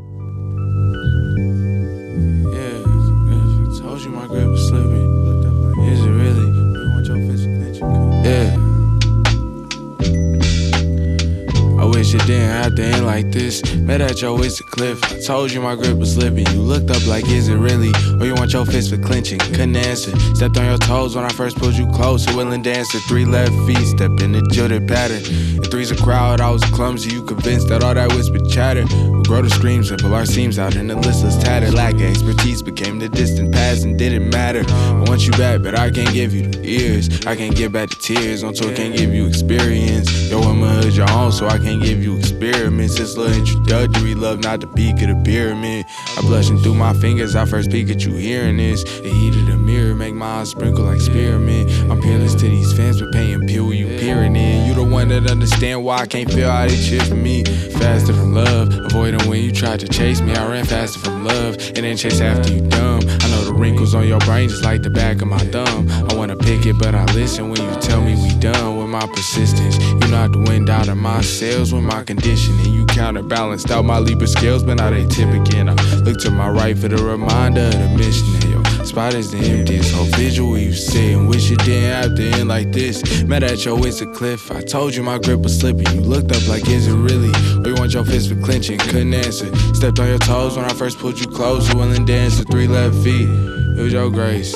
Wish it didn't have to end like this. Met at your wasted cliff. I told you my grip was slipping. You looked up like, is it really? Or you want your fist for clinching? Couldn't answer. Stepped on your toes when I first pulled you close. A willing dancer. 3 left feet. Stepped in the jilted pattern. And 3's a crowd. I was clumsy. You convinced that all that whispered chatter would grow to screams and pull our seams out. And the list was tattered. Lack of expertise became the distant past and didn't matter. I want you back, but I can't give you the ears. I can't give back the tears. On tour, can't give you experience. Yo, I'ma hood your own, so I can't give you experiments. This little introductory love, not the peak of the pyramid. I blushing through my fingers, I first peek at you hearing this. The heat of the mirror make my eyes sprinkle like spearmint. I'm peerless to these fans, but paying pure, you peering in. You the one that understand why I can't feel how they cheer for me. Faster from love, avoiding when you tried to chase me. I ran faster from love, and then chase after you dumb. I know the wrinkles on your brain just like the back of my thumb. I wanna pick it, but I listen when you tell me we done with my persistence. You knocked the wind out of my sails with my conditioning. You counterbalanced out my Libra scales, but now they tip again. I look to my right for the reminder of the mission. And yo, spot is the emptiest whole visual you see. And wish it didn't have to end like this. Met at your wasted cliff. I told you my grip was slipping. You looked up like, is it really? Or you want your fist for clinching? Couldn't answer. Stepped on your toes when I first pulled you close. You willing dance to 3 left feet. It was your grace.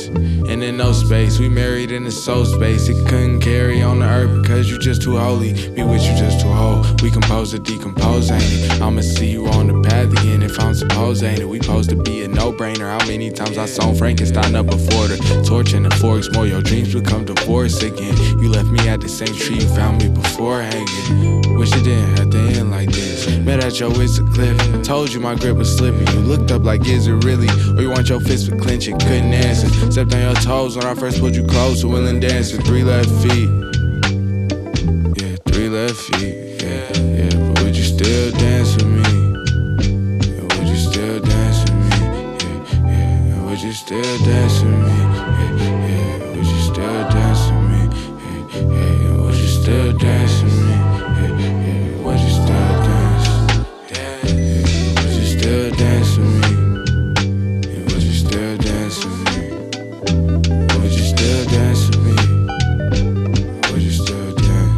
and in no space. We married in the soul space. It couldn't carry on the earth because you just too holy. Be with you just too whole. We compose to decompose, ain't it? I'ma see you on the path again if I'm supposed, ain't it? We supposed to be a no-brainer. How many times I saw Frankenstein up before the torch and the forks? More your dreams become divorced again. You left me at the same tree you found me before hanging. Wish it didn't have to end like this. Met at your it's a cliff. I told you my grip was slipping. You looked up like, is it really? Or you want your fist for clenching? Couldn't answer. Stepped on your toes when I first pulled you close to willing dancing. 3 left feet. Yeah, 3 left feet. Yeah. But would you still dance with me? Yeah, would you still dance with me? Yeah. Would you still dance with me? Yeah. Would you still dance with me? Yeah. Would you still dance with me? Yeah. Would you still dance? Yeah. Would you still dance with me? Yeah. Would you still dance with me? Would you still dance with me? Would you still dance?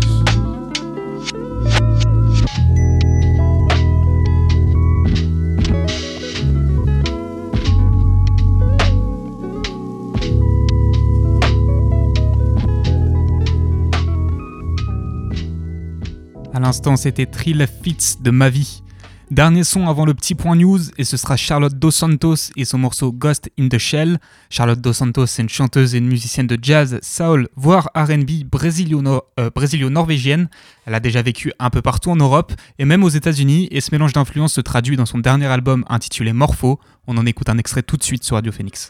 À l'instant, c'était 3 Left Feet de Ma Vie. Dernier son avant le petit point news, et ce sera Charlotte Dos Santos et son morceau Ghost in the Shell. Charlotte Dos Santos, c'est une chanteuse et une musicienne de jazz, soul, voire R&B brésilo-norvégienne. Elle a déjà vécu un peu partout en Europe et même aux États-Unis, et ce mélange d'influences se traduit dans son dernier album intitulé Morpho. On en écoute un extrait tout de suite sur Radio Phoenix.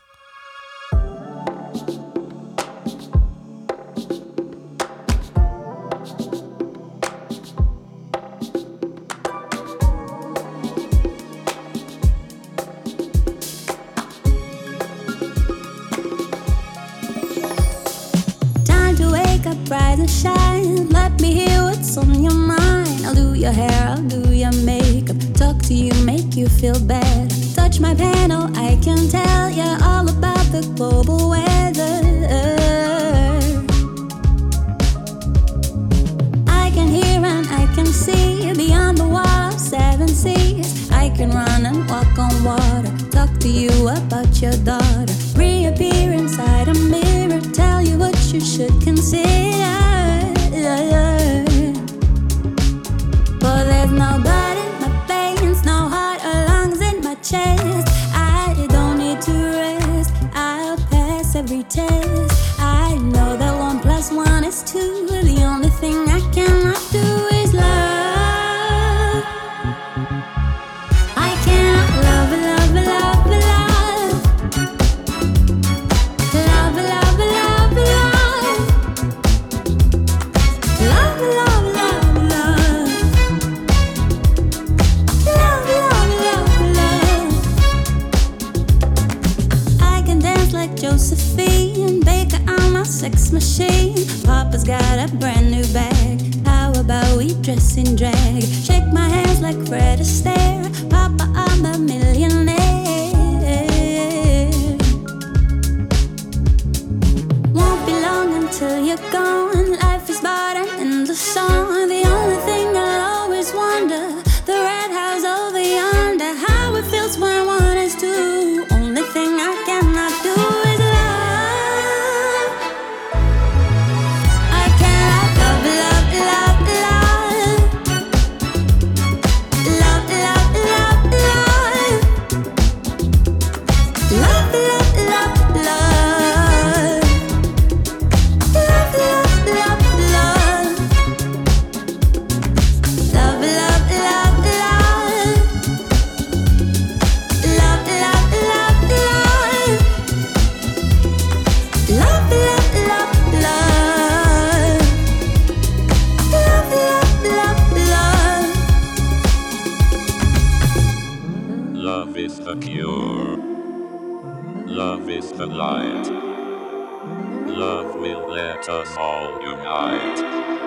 Rise and shine, let me hear what's on your mind. I'll do your hair, I'll do your makeup, talk to you, make you feel better. Touch my panel, I can tell you all about the global weather. I can hear and I can see beyond the wall of 7 seas. I can run and walk on water, talk to you about your daughter. Reappear inside a mirror, tell you what you should consider. But there's no blood in my veins, no heart or lungs in my chest. I don't need to rest, I'll pass every test. I know that 1 + 1 is 2. The only thing I cannot do is love. I cannot love, love, love, love. Love, love, love, love. Love, love, love, love. Love, love, love, love. I can dance like Josephine, Baker on my sex machine. Papa's got a brand new bag. How about we dress in drag? Shake my hands like Fred Astaire. Papa, I'm a millionaire. Won't be long until you're gone. Life is but an endless song. The only thing I'll always wonder, the red house over yonder, how it feels when 1 is 2. Only thing I cannot do is love. I cannot love, love, love, love. Love, love, love, love. Love, love, love, love. Love, love, love, love. Love, love, love, love. Love, love, love, love. Love, love, love, love. Love, love, love, love. Love is the cure. Love is the light. Love will let us all unite.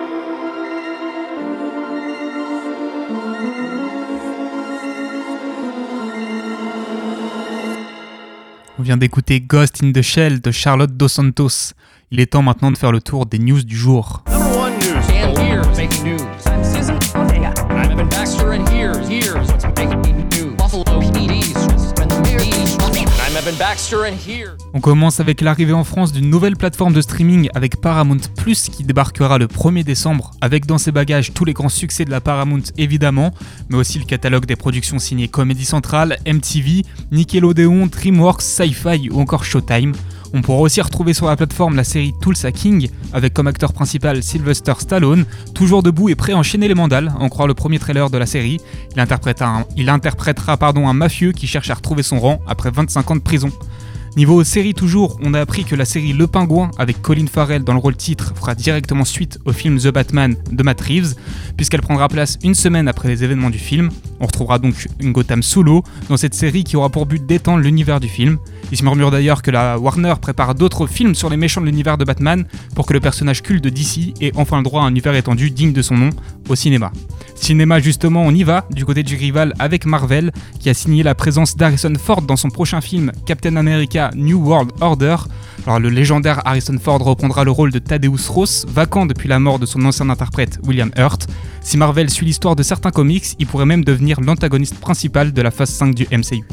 On vient d'écouter Ghost in the Shell de Charlotte Dos Santos. Il est temps maintenant de faire le tour des news du jour. Number 1 news. And here's making news. I'm Susan Ortega. I'm Evan Baxter, and here's what's making news. Buffalo PD's. I'm I'm Evan Baxter and here. On commence avec l'arrivée en France d'une nouvelle plateforme de streaming avec Paramount Plus qui débarquera le 1er décembre avec dans ses bagages tous les grands succès de la Paramount évidemment, mais aussi le catalogue des productions signées Comedy Central, MTV, Nickelodeon, DreamWorks, Sci-Fi ou encore Showtime. On pourra aussi retrouver sur la plateforme la série Tulsa King, avec comme acteur principal Sylvester Stallone, toujours debout et prêt à enchaîner les mandales, en croire le premier trailer de la série. Il interprétera un mafieux qui cherche à retrouver son rang après 25 ans de prison. Niveau série toujours, on a appris que la série Le Pingouin, avec Colin Farrell dans le rôle titre, fera directement suite au film The Batman de Matt Reeves, puisqu'elle prendra place une semaine après les événements du film. On retrouvera donc une Gotham solo dans cette série qui aura pour but d'étendre l'univers du film. Il se murmure d'ailleurs que la Warner prépare d'autres films sur les méchants de l'univers de Batman pour que le personnage culte de DC ait enfin le droit à un univers étendu digne de son nom au cinéma. Cinéma justement, on y va, du côté du rival avec Marvel, qui a signé la présence d'Harrison Ford dans son prochain film Captain America New World Order. Alors le légendaire Harrison Ford reprendra le rôle de Thaddeus Ross, vacant depuis la mort de son ancien interprète William Hurt. Si Marvel suit l'histoire de certains comics, il pourrait même devenir l'antagoniste principal de la phase 5 du MCU.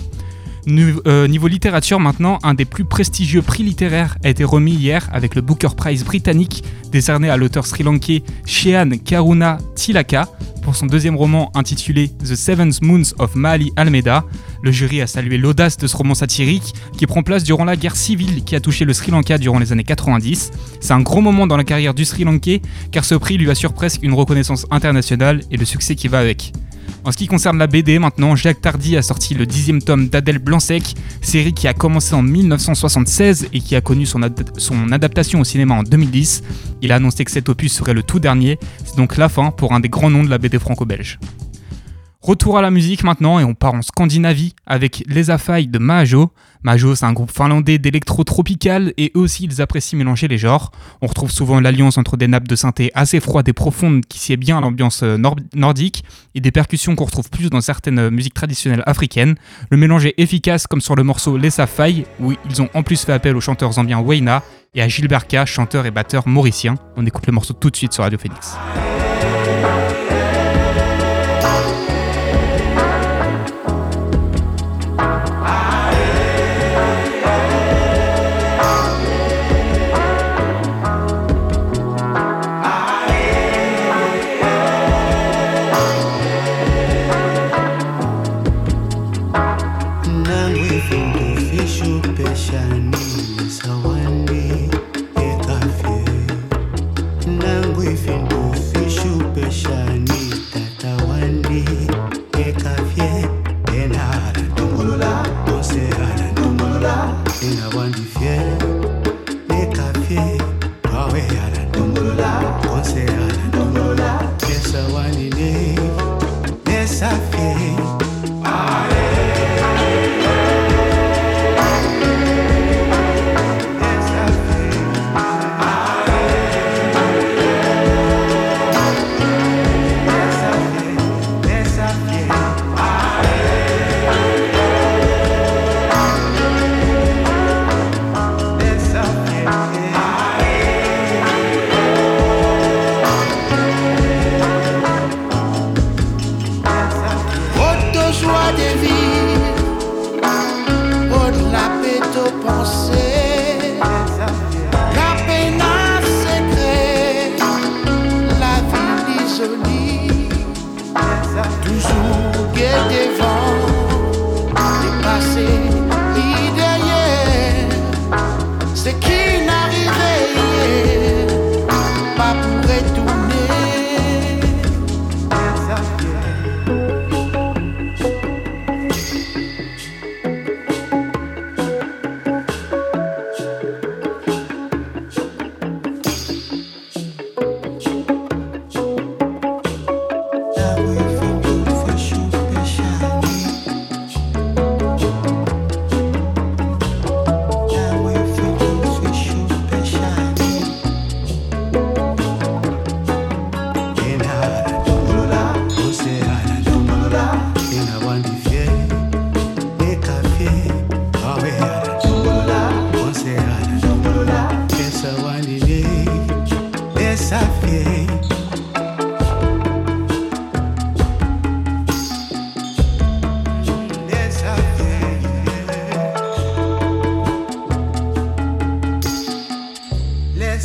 Niveau littérature maintenant, un des plus prestigieux prix littéraires a été remis hier avec le Booker Prize britannique décerné à l'auteur sri-lankais Shehan Karuna Tilaka pour son deuxième roman intitulé The Seven Moons of Maali Almeida. Le jury a salué l'audace de ce roman satirique qui prend place durant la guerre civile qui a touché le Sri Lanka durant les années 90. C'est un gros moment dans la carrière du Sri Lankais car ce prix lui assure presque une reconnaissance internationale et le succès qui va avec. En ce qui concerne la BD maintenant, Jacques Tardy a sorti le 10e tome d'Adèle Blanc-Sec, série qui a commencé en 1976 et qui a connu son adaptation au cinéma en 2010. Il a annoncé que cet opus serait le tout dernier, c'est donc la fin pour un des grands noms de la BD franco-belge. Retour à la musique maintenant et on part en Scandinavie avec Les Affailles de Maajo. Maajo, c'est un groupe finlandais d'électro-tropical et eux aussi ils apprécient mélanger les genres. On retrouve souvent l'alliance entre des nappes de synthé assez froides et profondes qui sied bien à l'ambiance nordique et des percussions qu'on retrouve plus dans certaines musiques traditionnelles africaines. Le mélange est efficace comme sur le morceau Les Affailles où ils ont en plus fait appel au chanteur zambien Wayna et à Gilbert K, chanteur et batteur mauricien. On écoute le morceau tout de suite sur Radio Phoenix. Nangwe findo fi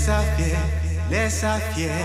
laisse-la fier.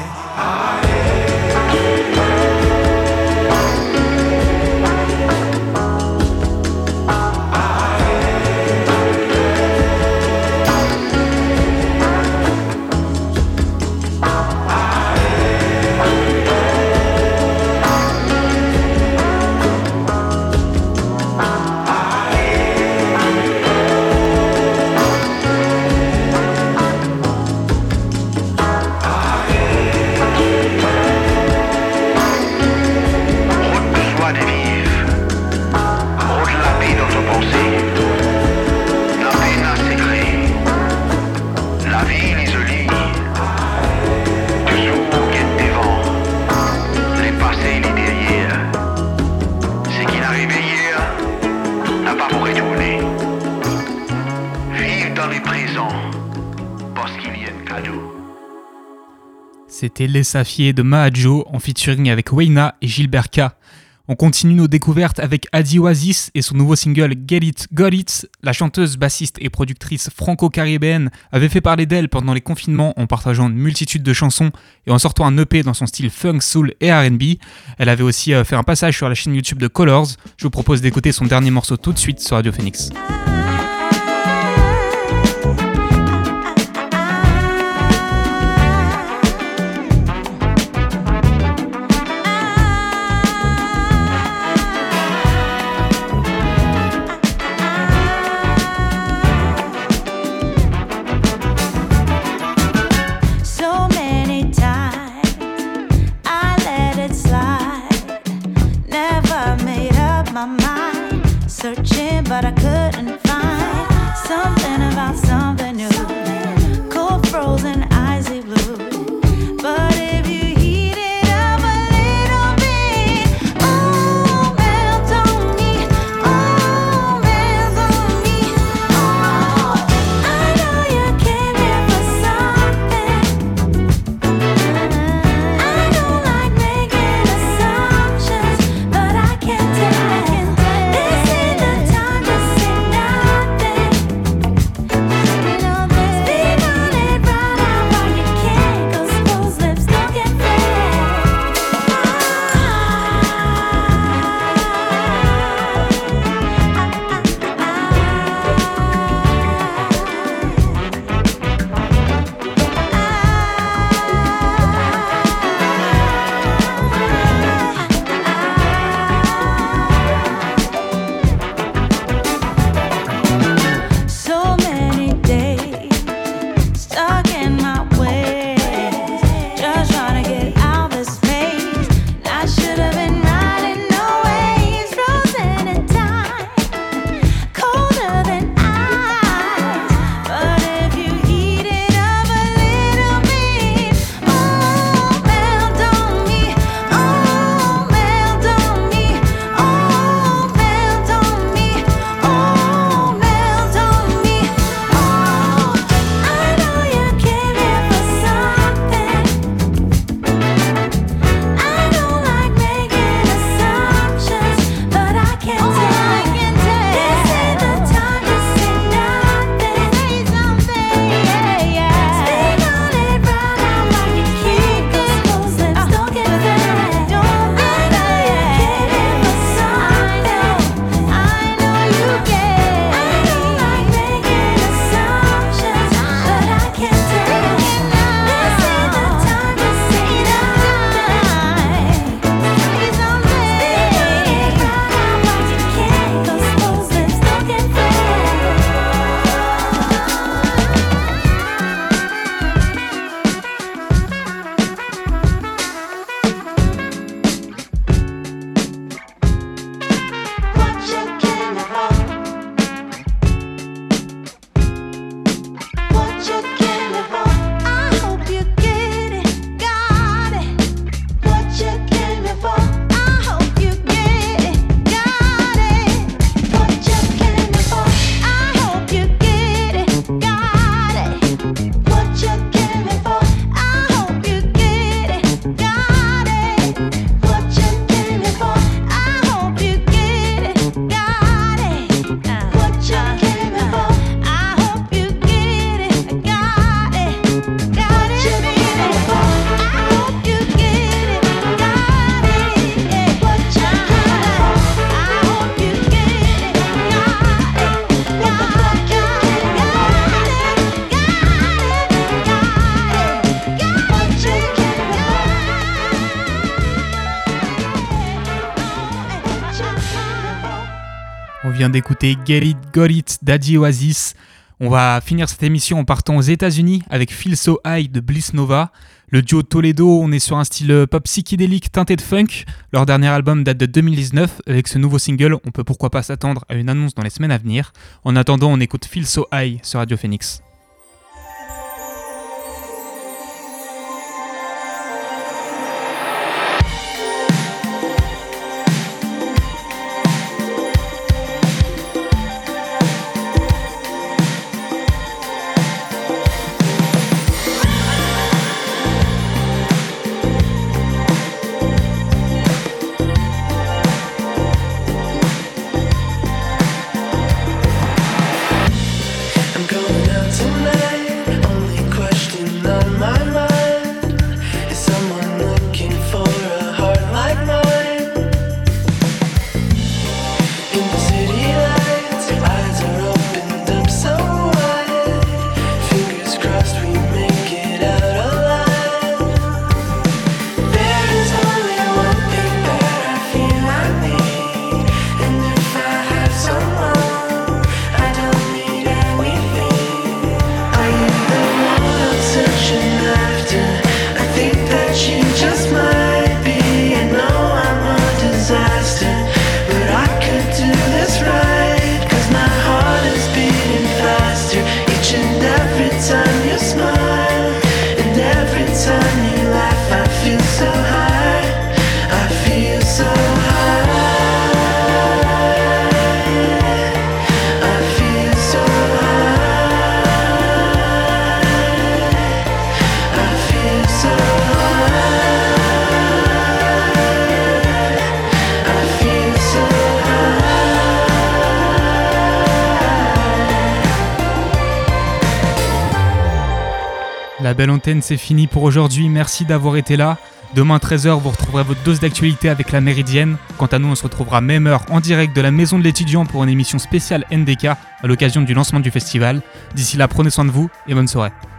C'était Les Safiés de Mahajo en featuring avec Wayna et Gilbert K. On continue nos découvertes avec Adi Oasis et son nouveau single Get It, Got It. La chanteuse, bassiste et productrice franco-caribéenne avait fait parler d'elle pendant les confinements en partageant une multitude de chansons et en sortant un EP dans son style funk, soul et R&B. Elle avait aussi fait un passage sur la chaîne YouTube de Colors. Je vous propose d'écouter son dernier morceau tout de suite sur Radio Phoenix. Searching, but I couldn't vient d'écouter Get It, Got It d'Adi Oasis. On va finir cette émission en partant aux États-Unis avec Feel So High de Bliss Nova. Le duo Toledo, on est sur un style pop psychédélique teinté de funk. Leur dernier album date de 2019. Avec ce nouveau single, on peut pourquoi pas s'attendre à une annonce dans les semaines à venir. En attendant, on écoute Feel So High sur Radio Phoenix. La belle antenne, c'est fini pour aujourd'hui. Merci d'avoir été là. Demain 13h, vous retrouverez votre dose d'actualité avec la Méridienne. Quant à nous, on se retrouvera même heure en direct de la Maison de l'étudiant pour une émission spéciale NDK à l'occasion du lancement du festival. D'ici là, prenez soin de vous et bonne soirée.